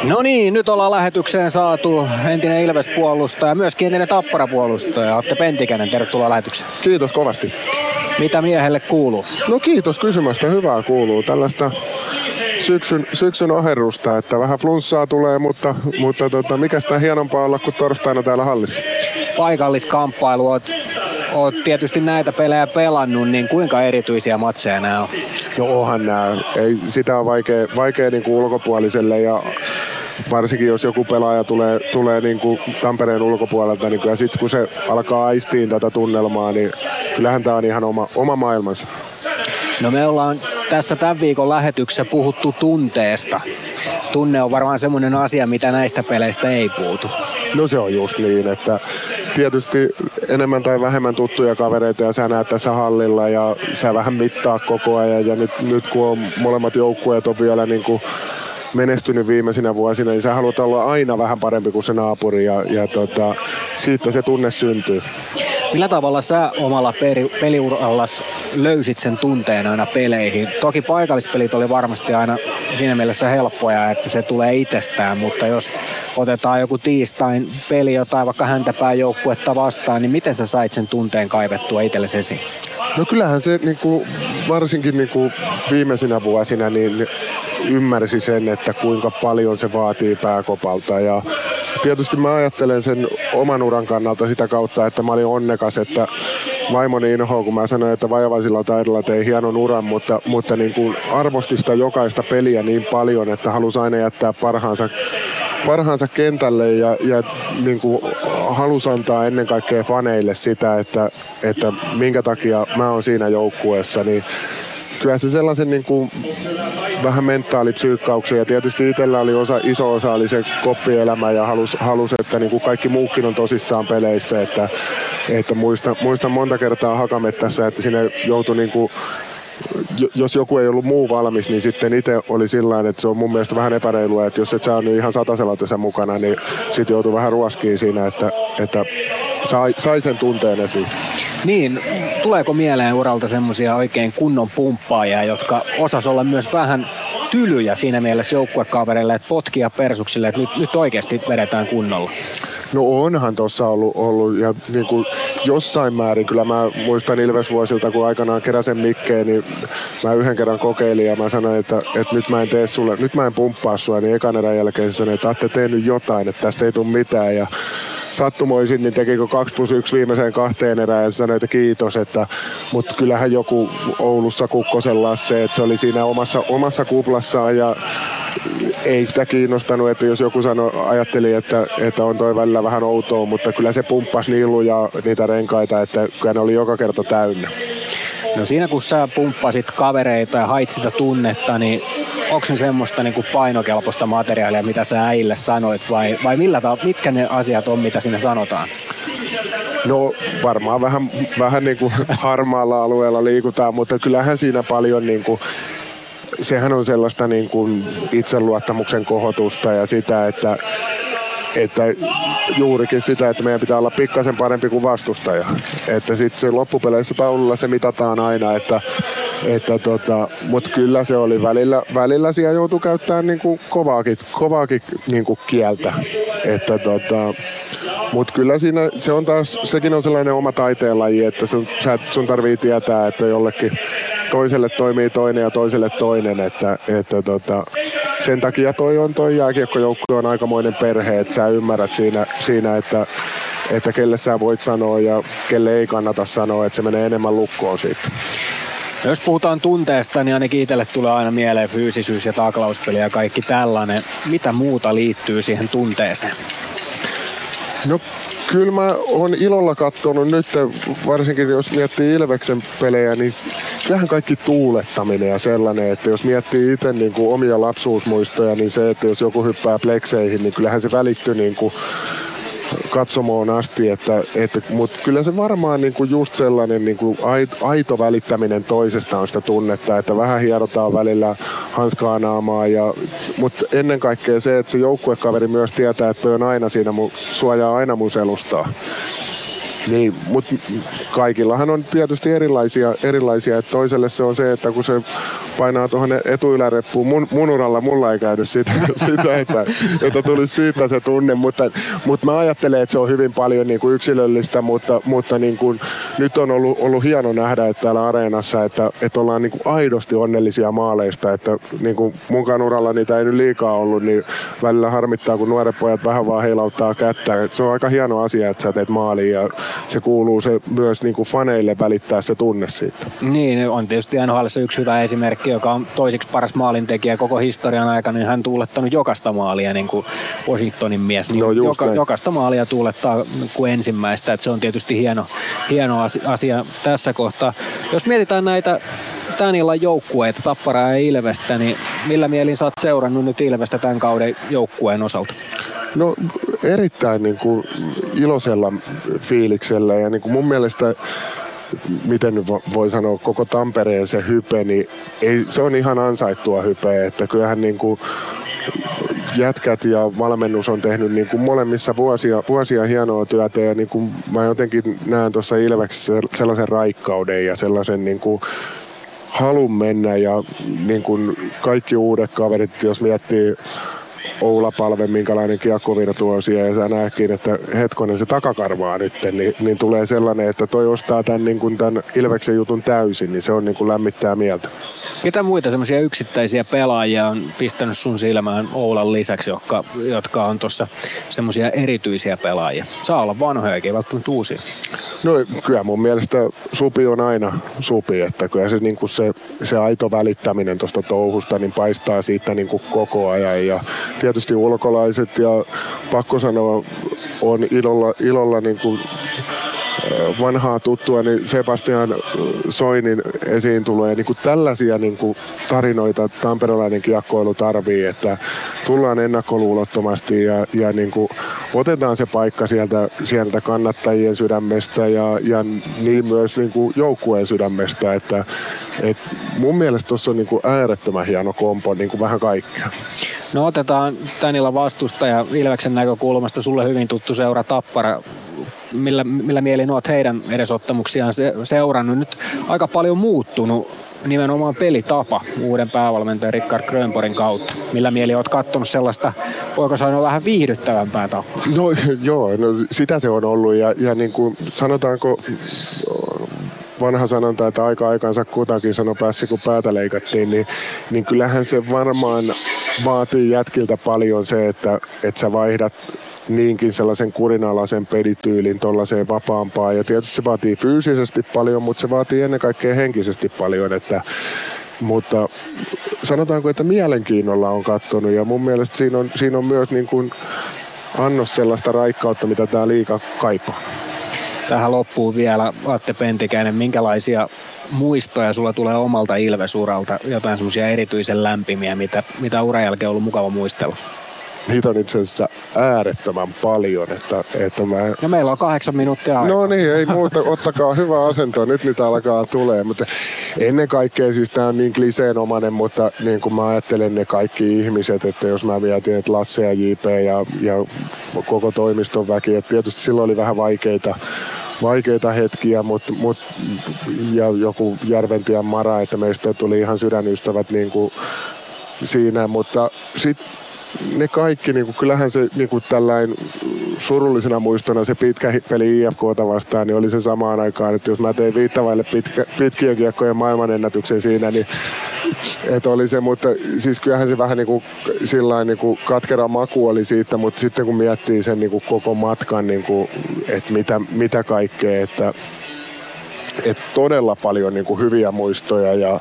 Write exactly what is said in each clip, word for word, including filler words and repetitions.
No niin, nyt ollaan lähetykseen saatu entinen Ilves-puolustaja ja myöskin entinen Tappara-puolustaja Atte Pentikäinen. Tervetuloa lähetykseen. Kiitos kovasti. Mitä miehelle kuuluu? No kiitos kysymästä, hyvää kuuluu. Tällaista syksyn, syksyn aherrusta, että vähän flunssaa tulee, mutta, mutta tota, mikä sitä hienompaa olla kuin torstaina täällä hallissa. Paikalliskamppailu, oot, oot tietysti näitä pelejä pelannut, niin kuinka erityisiä matseja nämä on? No onhan nämä. Ei, sitä on vaikea, vaikea niin kuin ulkopuoliselle ja varsinkin jos joku pelaaja tulee, tulee niin kuin Tampereen ulkopuolelta, niin kyllä sitten kun se alkaa aistiin tätä tunnelmaa, niin kyllähän tämä on ihan oma, oma maailmansa. No me ollaan tässä tämän viikon lähetyksessä puhuttu tunteesta. Tunne on varmaan semmoinen asia, mitä näistä peleistä ei puutu. No se on just niin, että tietysti enemmän tai vähemmän tuttuja kavereita ja sä näet tässä hallilla ja sä vähän mittaa koko ajan ja nyt, nyt kun on molemmat joukkueet on vielä niin kuin menestynyt viimeisinä vuosina, niin sä haluat olla aina vähän parempi kuin se naapuri ja, ja tota, siitä se tunne syntyy. Millä tavalla sä omalla peri, peliurallas löysit sen tunteen aina peleihin? Toki paikallispelit oli varmasti aina siinä mielessä helppoja, että se tulee itsestään, mutta jos otetaan joku tiistain peli jotain vaikka häntäpää joukkuetta vastaan, niin miten sä sait sen tunteen kaivettua itsellesi esiin? No kyllähän se niin kuin, varsinkin niin kuin viimeisinä vuosina niin ymmärsi sen, että kuinka paljon se vaatii pääkopalta ja tietysti mä ajattelen sen oman uran kannalta sitä kautta, että mä olin onnekas, että vaimoni inhoa, kun mä sanoin, että vajavaisilla taidolla tein hienon uran, mutta, mutta niin kuin arvosti sitä jokaista peliä niin paljon, että halusi aina jättää parhaansa, parhaansa kentälle ja, ja niin kuin halusi antaa ennen kaikkea faneille sitä, että, että minkä takia mä oon siinä joukkueessa, niin kyllä se sellaisen niin kuin vähän mentaalipsyykkauksen ja tietysti itsellä oli osa, iso osa oli se koppielämä ja halus, halus että niin kuin kaikki muukin on tosissaan peleissä, että, että muistan, muistan monta kertaa Hakamettässä, että sinne joutui niin kuin, jos joku ei ollut muu valmis, niin sitten itse oli sillain, että se on mun mielestä vähän epäreilua, että jos et sä ole nyt ihan satasella tässä mukana, niin sitten joutui vähän ruoskiin siinä, että, että sai, sai sen tunteen esiin. Niin, tuleeko mieleen uralta semmoisia oikein kunnon pumppaajia, jotka osas olla myös vähän tylyjä siinä mielessä joukkuekavereille, että potkia persuksille, että nyt, nyt oikeasti vedetään kunnolla? No onhan tuossa ollut, ollut ja niin kuin jossain määrin, kyllä mä muistan Ilves-vuosilta, kun aikanaan keräsen Mikkeen, niin mä yhden kerran kokeilin ja mä sanoin, että, että nyt mä en tee sulle, nyt mä en pumppaa sua, niin ekan erän jälkeen sanoin, että ootte tehnyt jotain, että tästä ei tule mitään ja sattumoisin, niin tekikö kaksi plus yksi viimeiseen kahteen erään ja sanoi, että kiitos, että, mutta kyllähän joku Oulussa Kukkosen Lasse, että se oli siinä omassa, omassa kuplassaan ja ei sitä kiinnostanut, että jos joku sanoi, ajatteli, että, että on toi välillä vähän outoa, mutta kyllä se pumppasi niin lujaa niitä renkaita, että kyllä ne oli joka kerta täynnä. No siinä kun sä pumppasit kavereita ja hait sitä tunnetta, niin onko se semmoista niin kuin painokelpoista materiaalia, mitä sä äille sanoit vai, vai millä ta- mitkä ne asiat on, mitä siinä sanotaan? No varmaan vähän, vähän niin kuin harmaalla alueella liikutaan, mutta kyllähän siinä paljon niin kuin sehän on sellaista niin kuin itseluottamuksen kohotusta ja sitä, että, että juurikin sitä, että meidän pitää olla pikkasen parempi kuin vastustaja. Että sitten se loppupeleissä taululla se mitataan aina, että, että tota, mutta kyllä se oli välillä, välillä siellä joutui käyttämään niin kuin kovaakin, kovaakin niin kuin kieltä. Että tota, mutta kyllä siinä se on taas, sekin on sellainen oma taiteenlaji, että sun, sä, sun tarvii tietää, että jollekin toiselle toimii toinen ja toiselle toinen, että, että tota, sen takia toi on toi jääkiekkojoukkue on aikamoinen perhe, että sä ymmärrät siinä, siinä että, että kelle sä voit sanoa ja kelle ei kannata sanoa, että se menee enemmän lukkoon siitä. No jos puhutaan tunteesta, niin ainakin itselle tulee aina mieleen fyysisyys ja taklauspeli ja kaikki tällainen. Mitä muuta liittyy siihen tunteeseen? No kyllä mä oon ilolla katsonut nyt, varsinkin jos miettii Ilveksen pelejä, niin kyllähän kaikki tuulettaminen ja sellainen, että jos miettii itse niin kuin omia lapsuusmuistoja, niin se, että jos joku hyppää plekseihin, niin kyllähän se välittyy niin kuin katsomoon asti, että, että, mutta kyllä se varmaan niin kuin just sellainen niin kuin aito välittäminen toisesta on sitä tunnetta, että vähän hierotaan välillä hanskaa naamaa, ja, mutta ennen kaikkea se, että se joukkuekaveri myös tietää, että toi on aina siinä, mun, suojaa aina mun selustaa. Niin, mutta kaikillahan on tietysti erilaisia, erilaisia, että toiselle se on se, että kun se painaa tuohon etuyläreppuun, mun, mun uralla mulla ei käynyt sitä, sitä että, että tulisi siitä se tunne, mutta, mutta mä ajattelen, että se on hyvin paljon niin kuin yksilöllistä, mutta, mutta niin kuin, nyt on ollut, ollut hieno nähdä että täällä areenassa, että, että ollaan niin kuin aidosti onnellisia maaleista, että niin kuin munkaan uralla niitä ei nyt liikaa ollut, niin välillä harmittaa, kun nuoret pojat vähän vaan heilauttaa kättä. Et se on aika hieno asia, että sä teet maaliin ja se kuuluu se myös niin kuin faneille välittää se tunne siitä. Niin, on tietysti N H L:ssä yksi hyvä esimerkki, joka on toisiksi paras maalintekijä koko historian aikana, niin hän tuulettanut jokaista maalia, niin kuin Washingtonin mies, niin no, joka, jokaista maalia tuulettaa kuin ensimmäistä, että se on tietysti hieno, hieno asia tässä kohtaa. Jos mietitään näitä tämän illan joukkueita, Tapparaa ja Ilvestä, niin millä mielin sä oot seurannut nyt Ilvestä tämän kauden joukkueen osalta? No erittäin niin kuin iloisella fiiliksellä ja niin kuin mun mielestä, miten nyt voi sanoa, koko Tampereen se hype, niin ei, se on ihan ansaittua hypeä, että kyllähän niin kuin jätkät ja valmennus on tehnyt niin kuin molemmissa vuosia, vuosia hienoa työtä ja niin kuin mä jotenkin näen tuossa Ilveksessä sellaisen raikkauden ja sellaisen niin kuin halun mennä ja niin kuin kaikki uudet kaverit, jos miettii Oula Palve, minkälainen kiekkovirtuosi ja sä näetkin, että hetkonen se takakarvaa nyt, niin, niin tulee sellainen, että toi ostaa tämän, niin kuin tämän Ilveksen jutun täysin, niin se on niin kuin lämmittää mieltä. Ketä muita semmoisia yksittäisiä pelaajia on pistänyt sun silmään Oulan lisäksi, jotka, jotka on tuossa semmoisia erityisiä pelaajia? Saa olla vanhojakin, ei välttämättä uusia. No kyllä mun mielestä Supi on aina Supi, että kyllä se, niin kuin se, se aito välittäminen tuosta touhusta niin paistaa siitä niin kuin koko ajan ja tietysti ulkolaiset ja pakko sanoa on ilolla, ilolla niin kuin vanhaa tuttua, niin Sebastian Soinin esiin tulee niin kuin tällaisia niin kuin tarinoita tamperelainen kiekkoilu tarvii, että tullaan ennakkoluulottomasti ja, ja niin kuin otetaan se paikka sieltä, sieltä kannattajien sydämestä ja, ja niin myös niin kuin joukkueen sydämestä, että et mun mielestä tuossa on niin kuin äärettömän hieno kompo niin kuin vähän kaikkea. No otetaan tän illan vastustaja Ilveksen näkökulmasta, sulle hyvin tuttu seura Tappara. Millä, millä mielin olet heidän edesottamuksiaan se, seurannut? Nyt aika paljon muuttunut nimenomaan pelitapa uuden päävalmentajan Rickard Grönborgin kautta. Millä mieli olet katsonut sellaista, voiko sanoa vähän viihdyttävämpää tapaa? No joo, no, sitä se on ollut ja, ja niin kuin sanotaanko vanha sanonta, että aika aikansa kutakin sanoi päässi kun päätä leikattiin, niin, niin kyllähän se varmaan vaatii jätkiltä paljon se, että, että sä vaihdat niinkin sellaisen kurinalaisen pelityylin tuollaiseen vapaampaan. Ja tietysti se vaatii fyysisesti paljon, mutta se vaatii ennen kaikkea henkisesti paljon. Että, mutta sanotaanko, että mielenkiinnolla on katsonut ja mun mielestä siinä on, siinä on myös niin kuin annos sellaista raikkautta, mitä tää liiga kaipaa. Tähän loppuu vielä, Atte Pentikäinen, minkälaisia muistoja sulla tulee omalta Ilves-uralta, jotain semmoisia erityisen lämpimiä, mitä, mitä uran jälkeen on ollut mukava muistella? Niitä on itse asiassa äärettömän paljon, että, että mä... No meillä on kahdeksan minuuttia aikaa. No niin, ei muuta, ottakaa hyvä asento, nyt niitä alkaa tulee, mutta ennen kaikkea siis tää on niin kliseenomainen, mutta niin kuin mä ajattelen ne kaikki ihmiset, että jos mä mietin, että Lasse ja J P ja, ja koko toimiston väki, että tietysti silloin oli vähän vaikeita vaikeita hetkiä, mutta mut, ja joku Järventien Mara, että meistä tuli ihan sydänystävät niin kuin siinä, mutta sitten ne kaikki, niin kuin, kyllähän se niin kuin tällainen surullisena muistona se pitkä peli I F K:ta vastaan, niin oli se samaan aikaan, että jos mä tein viittavaille pitkä, pitkien kiekkojen maailmanennätyksen siinä, niin että oli se, mutta siis kyllähän se vähän niin kuin sillain niin kuin katkera maku oli siitä, mutta sitten kun miettii sen niin kuin koko matkan, niin kuin, että mitä, mitä kaikkea, että, että todella paljon niin kuin hyviä muistoja ja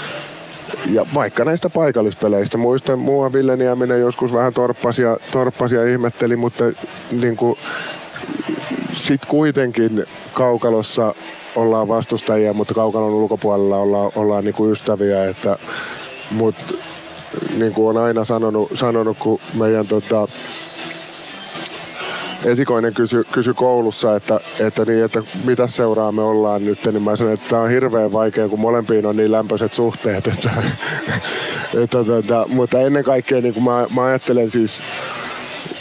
Ja vaikka näistä paikallispeleistä, muistan mua Ville Nieminen joskus vähän torppasi ja, torppasi ja ihmetteli, mutta niin kuin, sit kuitenkin kaukalossa ollaan vastustajia, mutta kaukalon ulkopuolella ollaan, ollaan niin kuin ystäviä, että, mutta niin kuin on aina sanonut, sanonut kun meidän tota, esikoinen kysy, kysy koulussa, että, että, niin, että mitä seuraa me ollaan nyt, niin mä sanoin, että tämä on hirveän vaikea, kun molempiin on niin lämpöiset suhteet. Että, että, että, mutta ennen kaikkea niin mä, mä ajattelen siis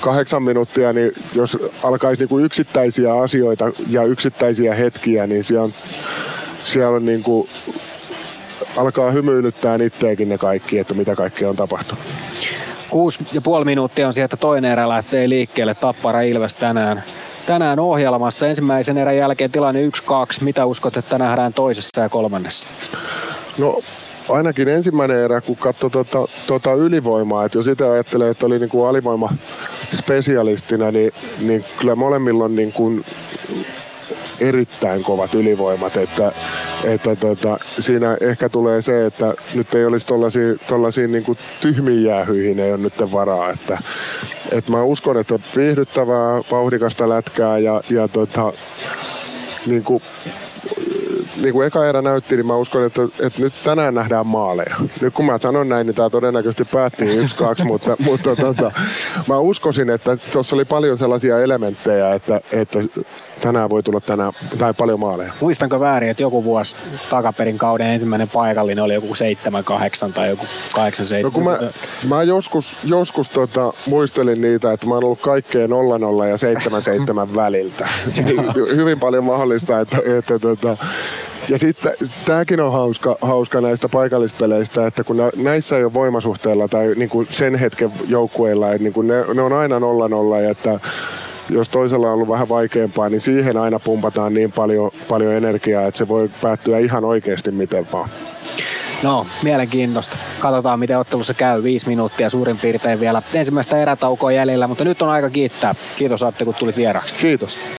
kahdeksan minuuttia, niin jos alkaisi niinku yksittäisiä asioita ja yksittäisiä hetkiä, niin siellä on, siellä on niinku, alkaa hymyilyttää itseäkin ne kaikki, että mitä kaikkea on tapahtunut. Kuusi ja puoli minuuttia on sieltä toinen erä lähtee liikkeelle. Tappara Ilves tänään, tänään ohjelmassa. Ensimmäisen erän jälkeen tilanne yksi kaksi. Mitä uskot, että nähdään toisessa ja kolmannessa? No ainakin ensimmäinen erä, kun katsoi tuota, tuota ylivoimaa, että jos itse ajattelee, että oli niinku alivoimaspesialistina, niin, niin kyllä molemmilla on niinku erittäin kovat ylivoimat, että, että tota, siinä ehkä tulee se, että nyt ei olisi tollaisia, tollaisia niinku tyhmiin jäähyihin ei ole nyt varaa, että, että mä uskon, että viihdyttävää, vauhdikasta lätkää ja, ja tota, niinku, niin kuin eka erä näytti, niin mä uskon, että, että nyt tänään nähdään maaleja. Nyt kun mä sanon näin, niin tää todennäköisesti päättiin yksi kaksi, mutta, mutta tota, mä uskoisin, että tuossa oli paljon sellaisia elementtejä, että, että tänään voi tulla tänään tai paljon maaleja. Muistanko väärin, että joku vuosi takaperin kauden ensimmäinen paikallinen oli joku seitsemän kahdeksan tai joku kahdeksan seitsemän? No kun mä, mä joskus, joskus tota, muistelin niitä, että mä oon ollut kaikkeen nolla nolla ja seitsemän seitsemän väliltä. Hyvin paljon mahdollista, että, että tota, ja sitten tämäkin on hauska, hauska näistä paikallispeleistä, että kun näissä ei ole voimasuhteella tai niin kuin sen hetken joukkueilla, niin kuin ne, ne on aina nolla nolla, että jos toisella on ollut vähän vaikeampaa, niin siihen aina pumpataan niin paljon, paljon energiaa, että se voi päättyä ihan oikeasti miten vaan. No, mielenkiintoista. Katsotaan, miten ottelussa käy. Viisi minuuttia suurin piirtein vielä ensimmäistä erätaukoa jäljellä, mutta nyt on aika kiittää. Kiitos Atte, kun tulit vieraaksi. Kiitos.